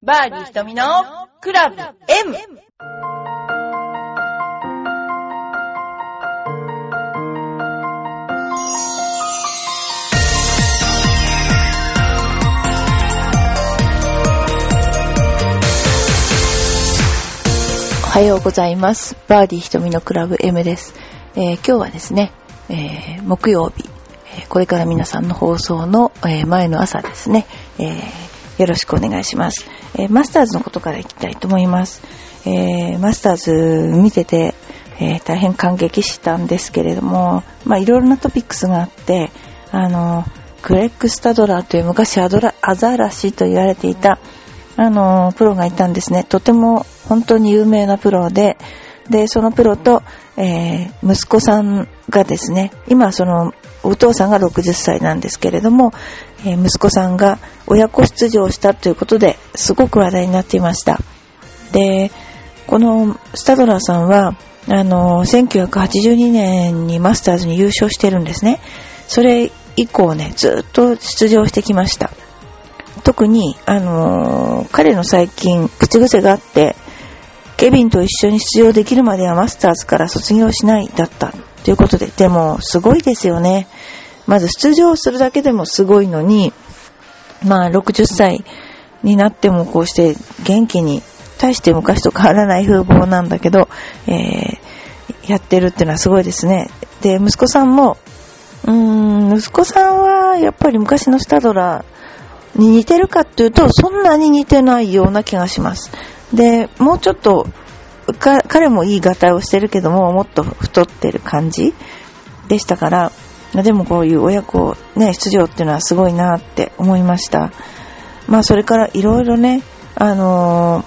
バーディー瞳のクラブ M。 おはようございます。バーディー瞳のクラブ M です。今日はですね、木曜日、これから皆さんの放送の、前の朝ですね、よろしくお願いします。マスターズのことからいきたいと思います。マスターズ見てて、大変感激したんですけれども、いろいろなトピックスがあって、グレッグ・スタドラーという昔アザラシと言われていたプロがいたんですね。とても本当に有名なプロで、そのプロと、息子さんがですね、今そのお父さんが60歳なんですけれども、息子さんが親子出場したということですごく話題になっていました。で、このスタドラーさんは1982年にマスターズに優勝してるんですね。それ以降ね、ずっと出場してきました。特に彼の最近口癖があって、ケビンと一緒に出場できるまではマスターズから卒業しないだったということで、でもすごいですよね。まず出場するだけでもすごいのに、60歳になってもこうして元気に、大して昔と変わらない風貌なんだけど、やってるっていうのはすごいですね。で、息子さんも息子さんはやっぱり昔のスタドラーに似てるかっていうと、そんなに似てないような気がします。で、もうちょっと彼もいいガタイをしてるけども、もっと太ってる感じでしたから、でもこういう親子ね、出場っていうのはすごいなって思いました。それからいろいろね、あ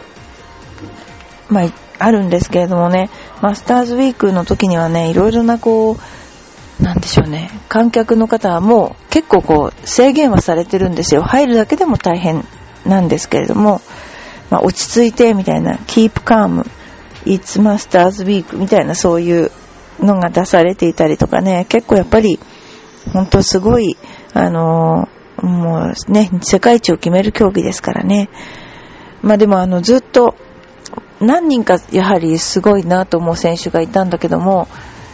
るんですけれどもね、マスターズウィークの時にはね、いろいろななんでしょうね、観客の方はもう結構制限はされてるんですよ。入るだけでも大変なんですけれども、落ち着いてみたいな、Keep Calm It's Masters Week みたいな、そういうのが出されていたりとかね、結構やっぱり本当すごいもうね、世界一を決める競技ですからね。でもずっと何人かやはりすごいなと思う選手がいたんだけども、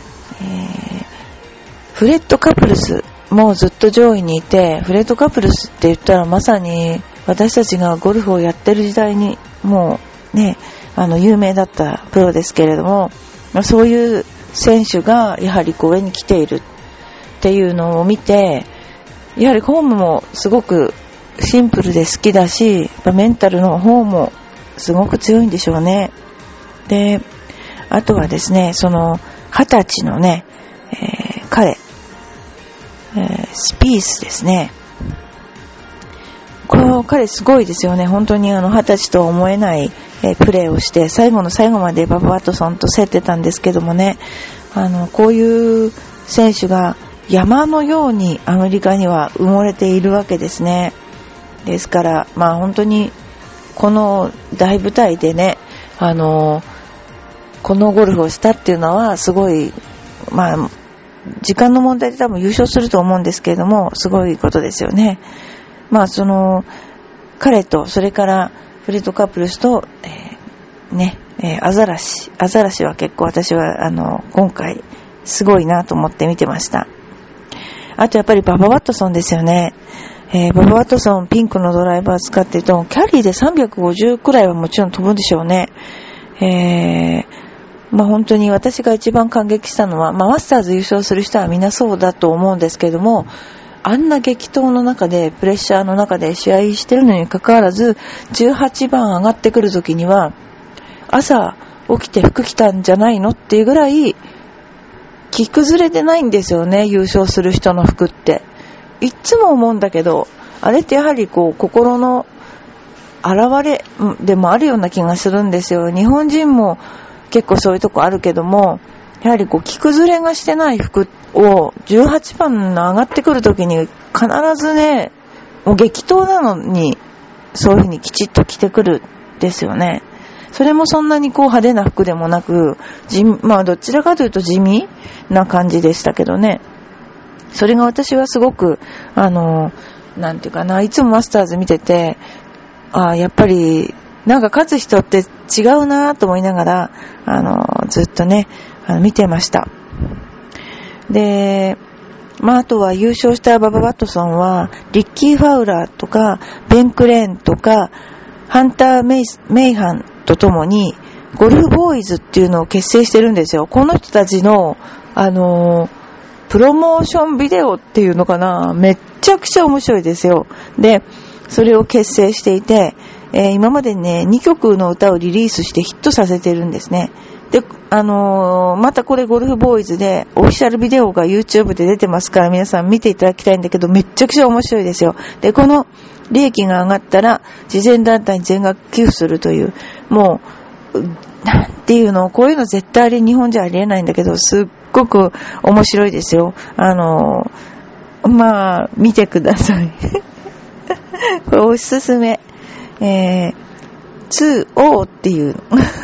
フレッド・カプルスもずっと上位にいて、フレッド・カプルスって言ったらまさに私たちがゴルフをやってる時代にもうね、有名だったプロですけれども、そういう選手がやはり上に来ているっていうのを見て、やはりフォームもすごくシンプルで好きだし、メンタルの方もすごく強いんでしょうね。で、あとはですね、その20歳のね、彼、スピースですね。この彼すごいですよね。本当に20歳とは思えない、プレーをして、最後の最後までババ・ワトソンと競ってたんですけどもね、こういう選手が山のようにアメリカには埋もれているわけですね。ですから、本当にこの大舞台でね、このゴルフをしたっていうのはすごい、時間の問題で多分優勝すると思うんですけれども、すごいことですよね。その彼と、それからフレッド・カプルスと、アザラシは結構私は今回すごいなと思って見てました。あとやっぱりババ・ワトソンですよね。ババ・ワトソンピンクのドライバー使ってると、キャリーで350くらいはもちろん飛ぶんでしょうね。本当に私が一番感激したのは、マスターズ優勝する人はみんなそうだと思うんですけれども、あんな激闘の中で、プレッシャーの中で試合してるのに関わらず、18番上がってくるときには、朝起きて服着たんじゃないのっていうぐらい着崩れてないんですよね、優勝する人の服って。いつも思うんだけど、あれってやはり心の現れでもあるような気がするんですよ。日本人も結構そういうとこあるけども、やはり着崩れがしてない服を18番の上がってくるときに必ずね、もう激闘なのにそういう風にきちっと着てくるんですよね。それもそんなに派手な服でもなく、どちらかというと地味な感じでしたけどね。それが私はすごくなんていうかな、いつもマスターズ見ててやっぱりなんか勝つ人って違うなと思いながらずっとね見てました。で、あとは優勝したババ・ワトソンはリッキー・ファウラーとかベン・クレーンとかハンター・メイハンとともにゴルフボーイズっていうのを結成してるんですよ。この人たちのプロモーションビデオっていうのかな、めっちゃくちゃ面白いですよ。で、それを結成していて、今までね2曲の歌をリリースしてヒットさせてるんですね。で、またこれゴルフボーイズでオフィシャルビデオが YouTube で出てますから皆さん見ていただきたいんだけど、めっちゃくちゃ面白いですよ。で、この利益が上がったら慈善団体に全額寄付するという、もうなんていうの、こういうの絶対日本じゃありえないんだけど、すっごく面白いですよ。見てください。これおすすめ。2O っていう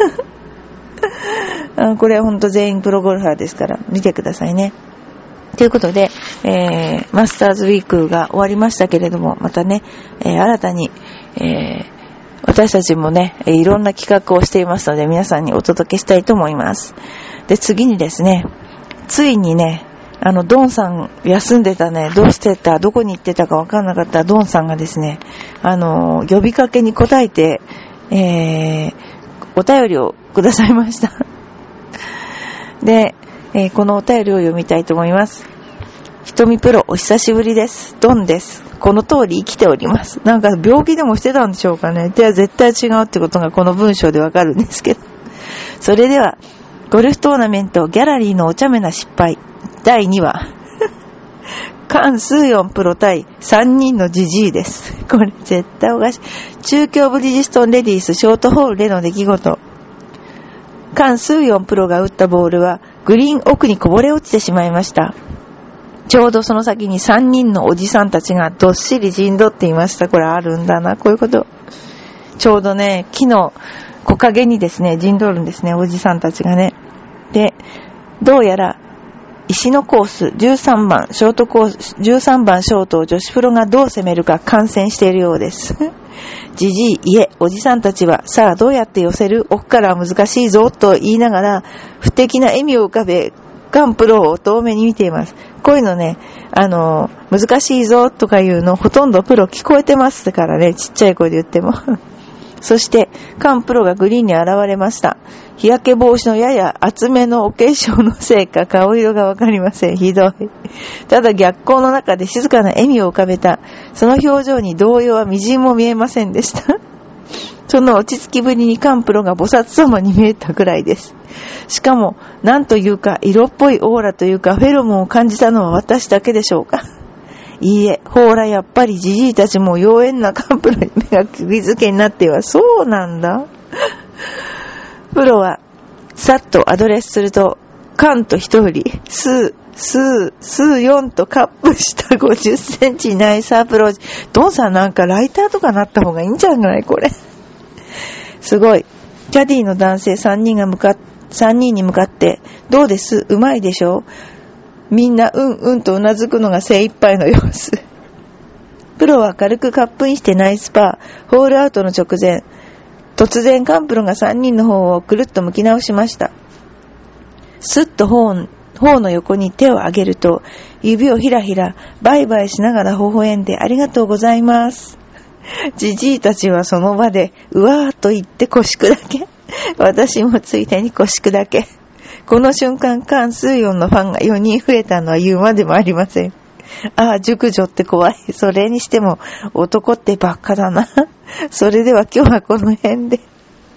の。これは本当全員プロゴルファーですから見てくださいね。ということで、マスターズウィークが終わりましたけれども、またね、新たに、私たちもね、いろんな企画をしていますので皆さんにお届けしたいと思います。で、次にですね、ついにね、ドンさん休んでたね、どこに行ってたか分からなかったドンさんがですね、呼びかけに応えて、お便りをくださいました。で、このお便りを読みたいと思います。ひとみプロお久しぶりです。ドンです。この通り生きております。なんか病気でもしてたんでしょうかね。では絶対違うってことがこの文章でわかるんですけど。それでは、ゴルフトーナメントギャラリーのお茶目な失敗第2話。カン・スーヨンプロ対3人のジジイです。これ絶対おかしい。中京ブリヂストンレディースショートホールでの出来事。カン・スーヨンプロが打ったボールはグリーン奥にこぼれ落ちてしまいました。ちょうどその先に3人のおじさんたちがどっしり陣取っていました。これあるんだな、こういうこと。ちょうどね、木の木陰にですね、陣取るんですね、おじさんたちがね。で、どうやら石のコース13番ショートを女子プロがどう攻めるか観戦しているようです。じじい、いえ、おじさんたちは、さあどうやって寄せる？奥からは難しいぞと言いながら、不敵な笑みを浮かべ、カンプロを遠目に見ています。こういうのね、難しいぞとかいうのほとんどプロ聞こえてますからね、ちっちゃい声で言っても。そして、カンプロがグリーンに現れました。日焼け防止のやや厚めのお化粧のせいか顔色がわかりません。ひどい。ただ逆光の中で静かな笑みを浮かべた。その表情に動揺はみじんも見えませんでした。その落ち着きぶりにカンプロが菩薩様に見えたくらいです。しかも、なんというか色っぽいオーラというかフェロモンを感じたのは私だけでしょうか。いいえ、ほらやっぱりじじいたちも妖艶なカンプロに目が釘付けになってはそうなんだ。プロはさっとアドレスするとカンと一振り、スー4とカップした50センチナイスアプローチ。ドンさんなんかライターとかなった方がいいんじゃないこれ。すごい。キャディの男性3人に向かってどうです？うまいでしょ？みんなうんとうなずくのが精一杯の様子。プロは軽くカップインしてナイスパー。ホールアウトの直前、突然カンプロが3人の方をくるっと向き直しました。スッと頬の横に手を上げると、指をひらひらバイバイしながら微笑んでありがとうございます。じじいたちはその場でうわーと言って腰砕け。私もついでに腰砕け。この瞬間、カン・スーヨンのファンが4人増えたのは言うまでもありません。ああ、熟女って怖い。それにしても男ってばっかだな。それでは今日はこの辺で。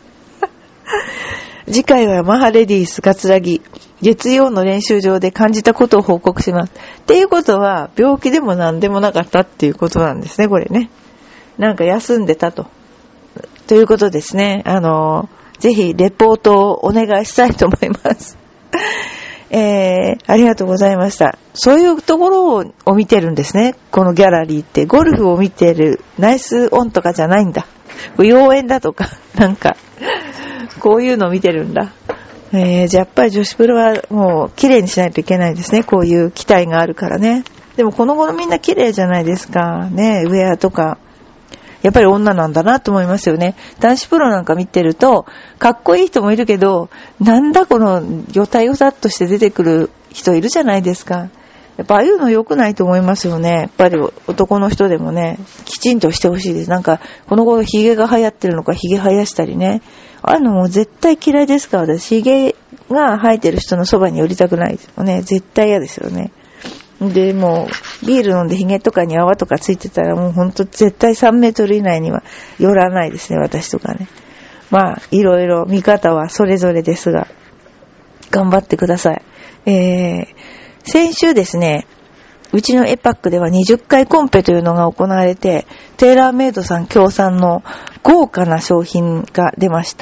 次回はマハレディース葛城月曜の練習場で感じたことを報告します。っていうことは病気でも何でもなかったっていうことなんですね、これね。なんか休んでたということですね。ぜひレポートをお願いしたいと思います。ありがとうございました。そういうところを見てるんですね。このギャラリーってゴルフを見てるナイスオンとかじゃないんだ。妖艶だとかなんかこういうのを見てるんだ。じゃあやっぱり女子プロはもう綺麗にしないといけないですね。こういう期待があるからね。でもこの頃みんな綺麗じゃないですかね。ウェアとかやっぱり女なんだなと思いますよね。男子プロなんか見てると、かっこいい人もいるけど、なんだこのよたよたっとして出てくる人いるじゃないですか。やっぱああいうの良くないと思いますよね。やっぱり男の人でもね、きちんとしてほしいです。なんか、この頃ヒゲが流行ってるのか、ヒゲ生やしたりね。ああいうのも絶対嫌いですから、私、ヒゲが生えてる人のそばに寄りたくないですよね。絶対嫌ですよね。で、もう、ビール飲んでヒゲとかに泡とかついてたら、もうほんと絶対3メートル以内には寄らないですね、私とかね。まあ、いろいろ見方はそれぞれですが、頑張ってください。先週ですね、うちのエパックでは20回コンペというのが行われて、テーラーメイドさん協賛の豪華な商品が出ました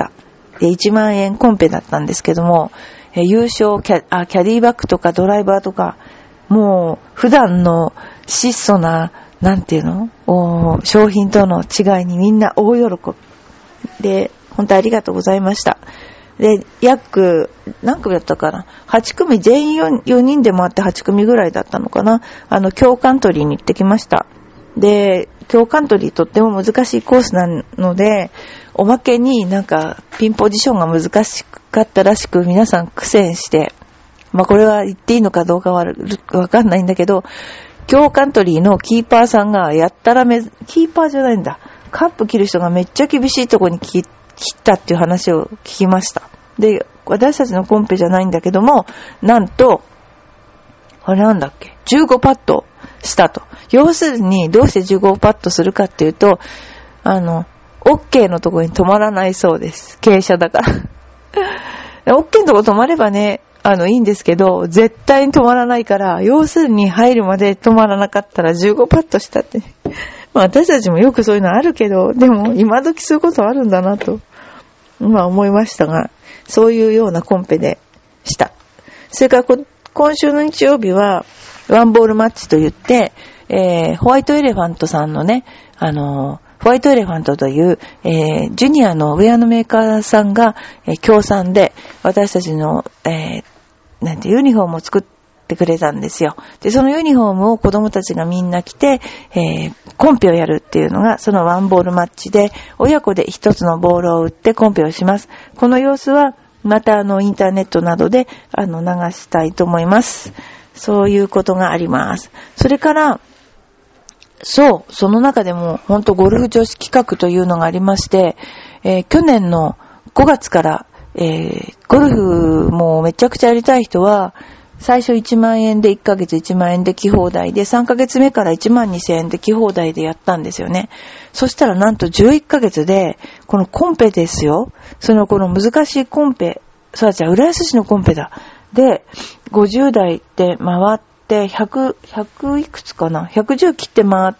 。1万円コンペだったんですけども、優勝キャディバッグとかドライバーとか、もう普段の質素な、なんていうの？商品との違いにみんな大喜び。で、本当ありがとうございました。で、約、何組だったかな ?8 組全員4人で回って8組ぐらいだったのかな。強カントリーに行ってきました。で、強カントリーとっても難しいコースなので、おまけになんかピンポジションが難しかったらしく皆さん苦戦して、まあこれは言っていいのかどうかはわかんないんだけど、強カントリーのキーパーさんがやったらキーパーじゃないんだ。カップ切る人がめっちゃ厳しいとこに切ったっていう話を聞きました。で、私たちのコンペじゃないんだけども、なんと、あれなんだっけ ?15 パットしたと。要するに、どうして15パットするかっていうと、OK のところに止まらないそうです。傾斜だから。OK のところ止まればね、いいんですけど、絶対に止まらないから、要するに入るまで止まらなかったら15パットしたって。まあ私たちもよくそういうのあるけど、でも今時そういうことあるんだなと、まあ思いましたが、そういうようなコンペでした。それから今週の日曜日は、ワンボールマッチと言って、ホワイトエレファントさんのね、ホワイトエレファントという、ジュニアのウェアのメーカーさんが、協賛で、私たちの、ユニフォームを作ってくれたんですよ。で、そのユニフォームを子供たちがみんな着て、コンペをやるっていうのが、そのワンボールマッチで、親子で一つのボールを打ってコンペをします。この様子は、またインターネットなどで、流したいと思います。そういうことがあります。それから、その中でも、本当ゴルフ女子企画というのがありまして、去年の5月から、ゴルフもめちゃくちゃやりたい人は、最初1万円で1ヶ月1万円で来放題で、3ヶ月目から1万2000円で来放題でやったんですよね。そしたらなんと11ヶ月で、このコンペですよ。この難しいコンペ、浦安市のコンペだ。で、50代で回って、100いくつかな ?110 切って回って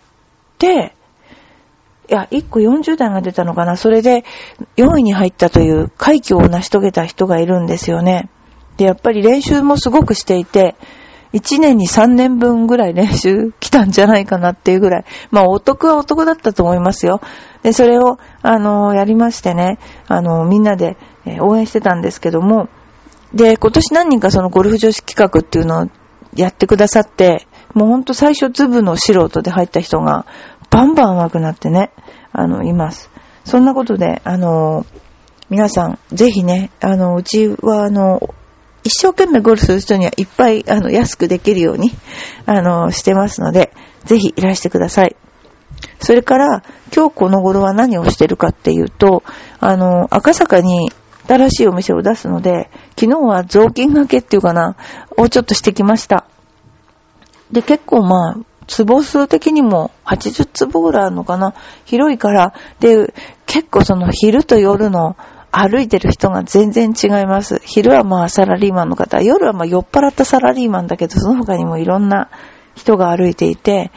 、1個40代が出たのかな。それで4位に入ったという快挙を成し遂げた人がいるんですよね。で、やっぱり練習もすごくしていて、1年に3年分ぐらい練習来たんじゃないかなっていうぐらい。まあ、お得はお得だったと思いますよ。で、それを、やりましてね、みんなで、応援してたんですけども、で、今年何人かそのゴルフ女子企画っていうのをやってくださって、もうほんと最初ズブの素人で入った人が、バンバン上手くなってね、います。そんなことで、皆さん、ぜひね、うちは一生懸命ゴルフする人にはいっぱい、安くできるように、してますので、ぜひいらしてください。それから、今日この頃は何をしてるかっていうと、赤坂に新しいお店を出すので、昨日は雑巾掛けっていうかな、をちょっとしてきました。で、結構まあ、坪数的にも80坪ぐらいあるのかな。広いから。で、結構昼と夜の歩いてる人が全然違います。昼はまあサラリーマンの方、夜はまあ酔っ払ったサラリーマンだけど、その他にもいろんな人が歩いていて、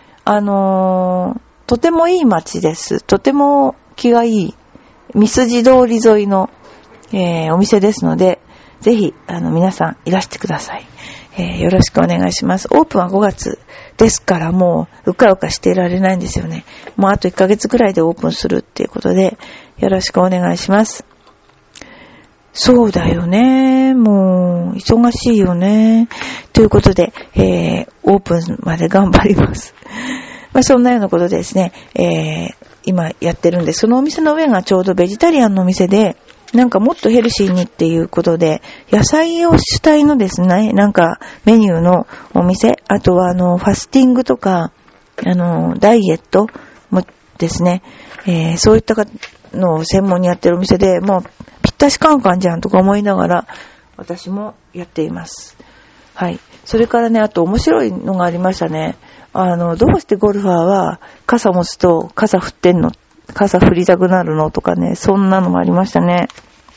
とてもいい街です。とても気がいい。三筋通り沿いの、お店ですので、ぜひ、皆さんいらしてください。よろしくお願いします。オープンは5月ですからもううかうかしていられないんですよね。もうあと1ヶ月くらいでオープンするっていうことでよろしくお願いします。そうだよね。もう忙しいよね。ということで、オープンまで頑張ります。まあそんなようなことですね。 今やってるんで、そのお店の上がちょうどベジタリアンのお店で、なんかもっとヘルシーにっていうことで、野菜を主体のですね、なんかメニューのお店、あとはファスティングとか、ダイエットもですね、そういったのを専門にやってるお店で、もうぴったしカンカンじゃんとか思いながら、私もやっています。はい。それからね、あと面白いのがありましたね。どうしてゴルファーは傘持つと傘振りたくなるのとかね、そんなのもありましたね。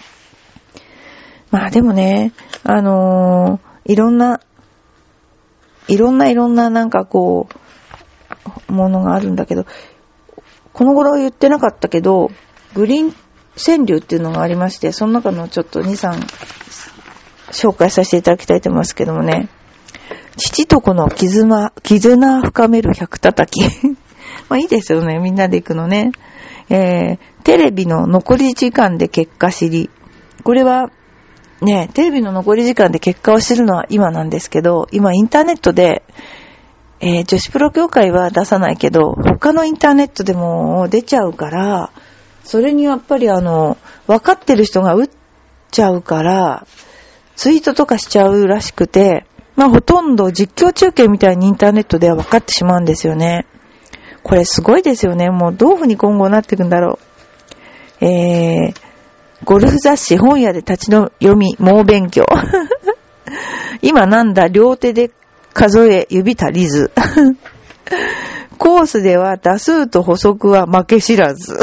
まあでもね、いろんななんかこう、ものがあるんだけど、この頃言ってなかったけど、グリーン川柳っていうのがありまして、その中のちょっと2、3紹介させていただきたいと思いますけどもね。父と子の絆深める100叩き。まあいいですよね、みんなで行くのね。テレビの残り時間で結果知り。これは、ね、テレビの残り時間で結果を知るのは今なんですけど、今インターネットで、女子プロ協会は出さないけど、他のインターネットでも出ちゃうから、それにやっぱり分かってる人が打っちゃうから、ツイートとかしちゃうらしくて、まあほとんど実況中継みたいにインターネットでは分かってしまうんですよね。これすごいですよね。もうどういうふうに今後なっていくんだろう。ゴルフ雑誌本屋で立ち読み猛勉強。今なんだ両手で数え指足りず。コースでは打数と補足は負け知らず。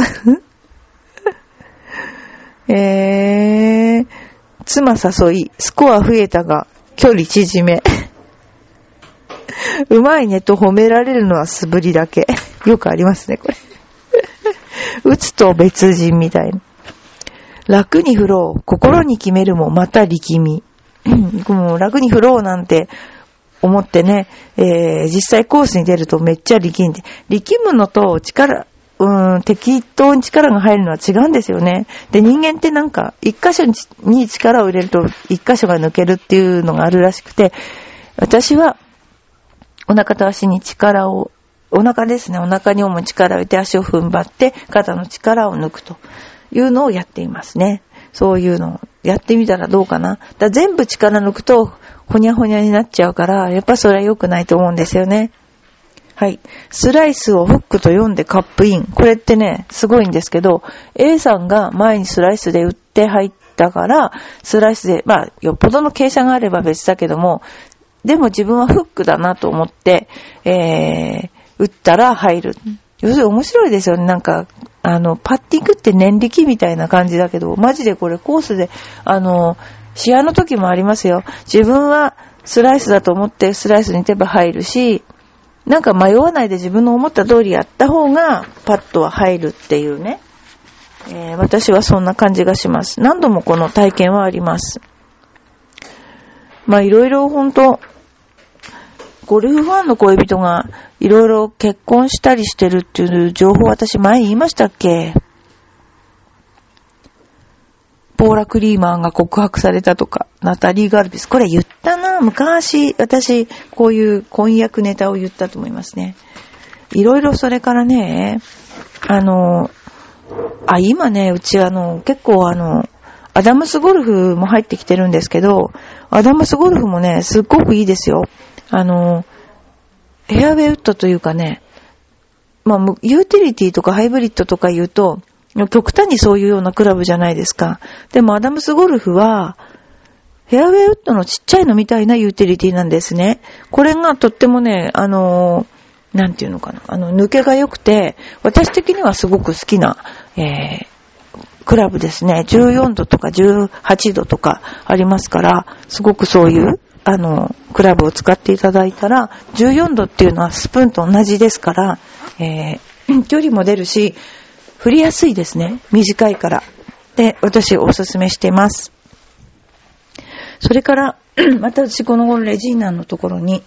妻誘いスコア増えたが距離縮め。うまいねと褒められるのは素振りだけ。よくありますね、これ。打つと別人みたいな。楽に振ろう。心に決めるもまた力み。もう楽に振ろうなんて思ってね、実際コースに出るとめっちゃ力んで。力むのと適当に力が入るのは違うんですよね。で、人間ってなんか、一箇所に力を入れると一箇所が抜けるっていうのがあるらしくて、私は、お腹と足に力を、お腹ですね、お腹に主に力を入れて足を踏ん張って、肩の力を抜くというのをやっていますね。そういうのをやってみたらどうかな。全部力抜くと、ほにゃほにゃになっちゃうから、やっぱそれは良くないと思うんですよね。はい。スライスをフックと読んでカップイン。これってね、すごいんですけど、A さんが前にスライスで打って入ったから、スライスで、まあ、よっぽどの傾斜があれば別だけども、でも自分はフックだなと思って、打ったら入る。要するに面白いですよね。なんか、パッティングって念力みたいな感じだけど、マジでこれコースで、試合の時もありますよ。自分はスライスだと思ってスライスに打てば入るし、なんか迷わないで自分の思った通りやった方がパッとは入るっていうね、私はそんな感じがします。何度もこの体験はあります。まあいろいろ本当ゴルフファンの恋人がいろいろ結婚したりしてるっていう情報私前言いましたっけ？ポーラ・クリーマンが告白されたとか、ナタリー・ガルビス。これ言ったな。昔、私、こういう婚約ネタを言ったと思いますね。いろいろそれからね、今ね、うち結構アダムスゴルフも入ってきてるんですけど、アダムスゴルフもね、すっごくいいですよ。ヘアウェイウッドというかね、まあ、ユーティリティとかハイブリッドとか言うと、極端にそういうようなクラブじゃないですか。でもアダムスゴルフは、フェアウェイウッドのちっちゃいのみたいなユーティリティなんですね。これがとってもね、なんていうのかな、抜けが良くて、私的にはすごく好きな、クラブですね。14度とか18度とかありますから、すごくそういう、クラブを使っていただいたら、14度っていうのはスプーンと同じですから、距離も出るし、振りやすいですね。短いから。で、私おすすめしています。それから、また私この頃レジーナのところに、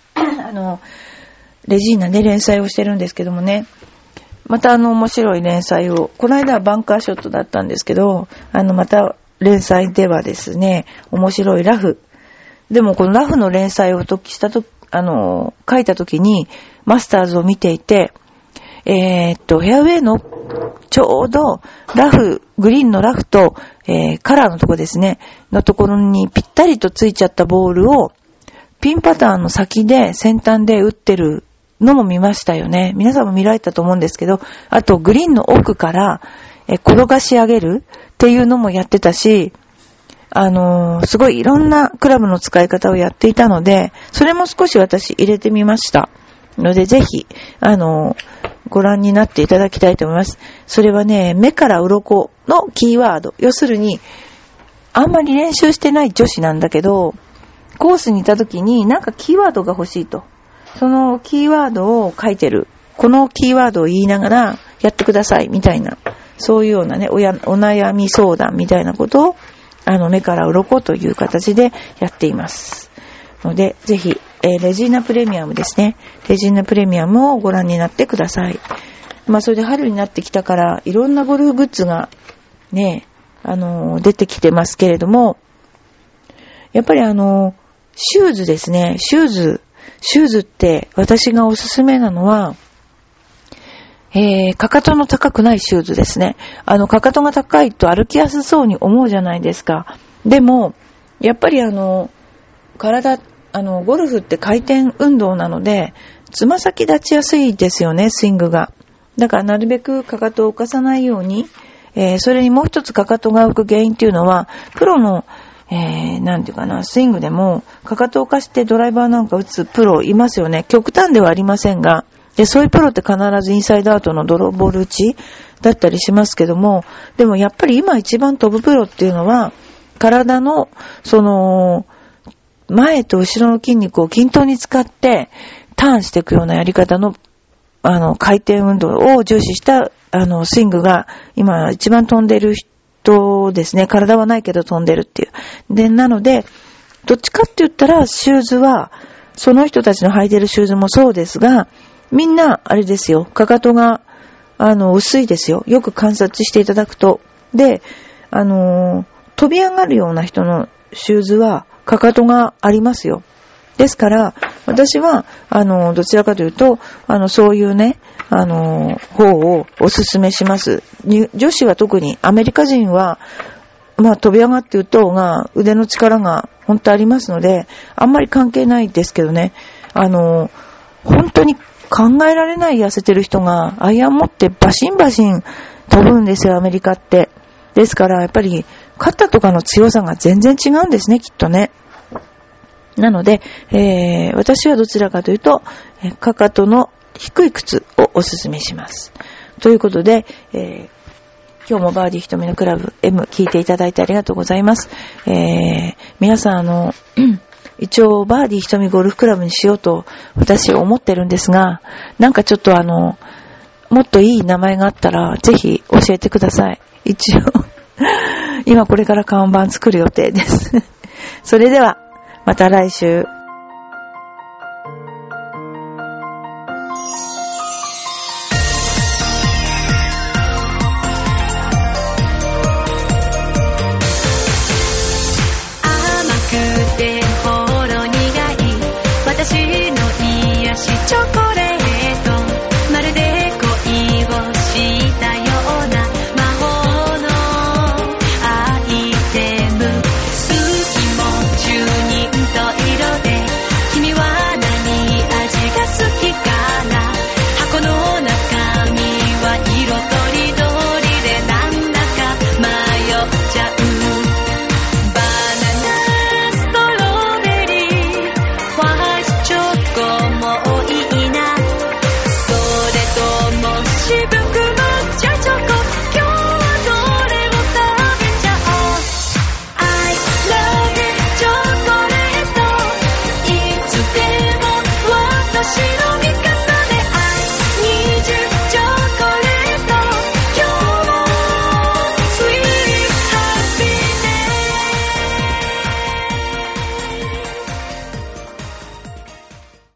レジーナで連載をしてるんですけどもね、また面白い連載を、この間はバンカーショットだったんですけど、また連載ではですね、面白いラフ。でもこのラフの連載を書いた時に、マスターズを見ていて、 フェアウェイのちょうどグリーンのラフと、カラーのとこですね、のところにぴったりとついちゃったボールを、ピンパターンの先端で打ってるのも見ましたよね。皆さんも見られたと思うんですけど、あとグリーンの奥から、転がし上げるっていうのもやってたし、すごいいろんなクラブの使い方をやっていたので、それも少し私入れてみました。ので、ぜひ、ご覧になっていただきたいと思います。それはね、目から鱗のキーワード。要するに、あんまり練習してない女子なんだけど、コースにいた時になんかキーワードが欲しいと。そのキーワードを書いてる。このキーワードを言いながらやってくださいみたいな。そういうようなね、お悩み相談みたいなことを、目から鱗という形でやっています。ので、ぜひ、レジーナプレミアムですね。レジーナプレミアムをご覧になってください。それで春になってきたから、いろんなゴルフグッズがね、出てきてますけれども、やっぱりシューズですね。シューズって私がおすすめなのは、かかとの高くないシューズですね。かかとが高いと歩きやすそうに思うじゃないですか。でも、やっぱりゴルフって回転運動なので、つま先立ちやすいですよね、スイングが。だからなるべくかかとを浮かさないように、それにもう一つかかとが浮く原因っていうのは、プロの、なんていうかな、スイングでも、かかとを浮かしてドライバーなんか打つプロいますよね。極端ではありませんが、で、そういうプロって必ずインサイドアウトのドローボール打ちだったりしますけども、でもやっぱり今一番飛ぶプロっていうのは、体の、前と後ろの筋肉を均等に使って、ターンしていくようなやり方の、回転運動を重視した、スイングが、今一番飛んでる人ですね。体はないけど飛んでるっていう。で、なので、どっちかって言ったら、シューズは、その人たちの履いてるシューズもそうですが、みんな、あれですよ、かかとが、薄いですよ。よく観察していただくと。で、飛び上がるような人のシューズは、かかとがありますよ。ですから、私は、どちらかというと、そういうね、方をお勧めします。女子は特に、アメリカ人は、飛び上がって打った方が腕の力が本当ありますので、あんまり関係ないですけどね、本当に考えられない痩せてる人がアイアン持ってバシンバシン飛ぶんですよ、アメリカって。ですから、やっぱり、肩とかの強さが全然違うんですね、きっとね。なので、私はどちらかというと、かかとの低い靴をおすすめします。ということで、今日もバーディー瞳のクラブ M 聞いていただいてありがとうございます。皆さん一応バーディー瞳ゴルフクラブにしようと私は思ってるんですが、なんかちょっともっといい名前があったらぜひ教えてください。一応今これから看板作る予定です。それではまた来週。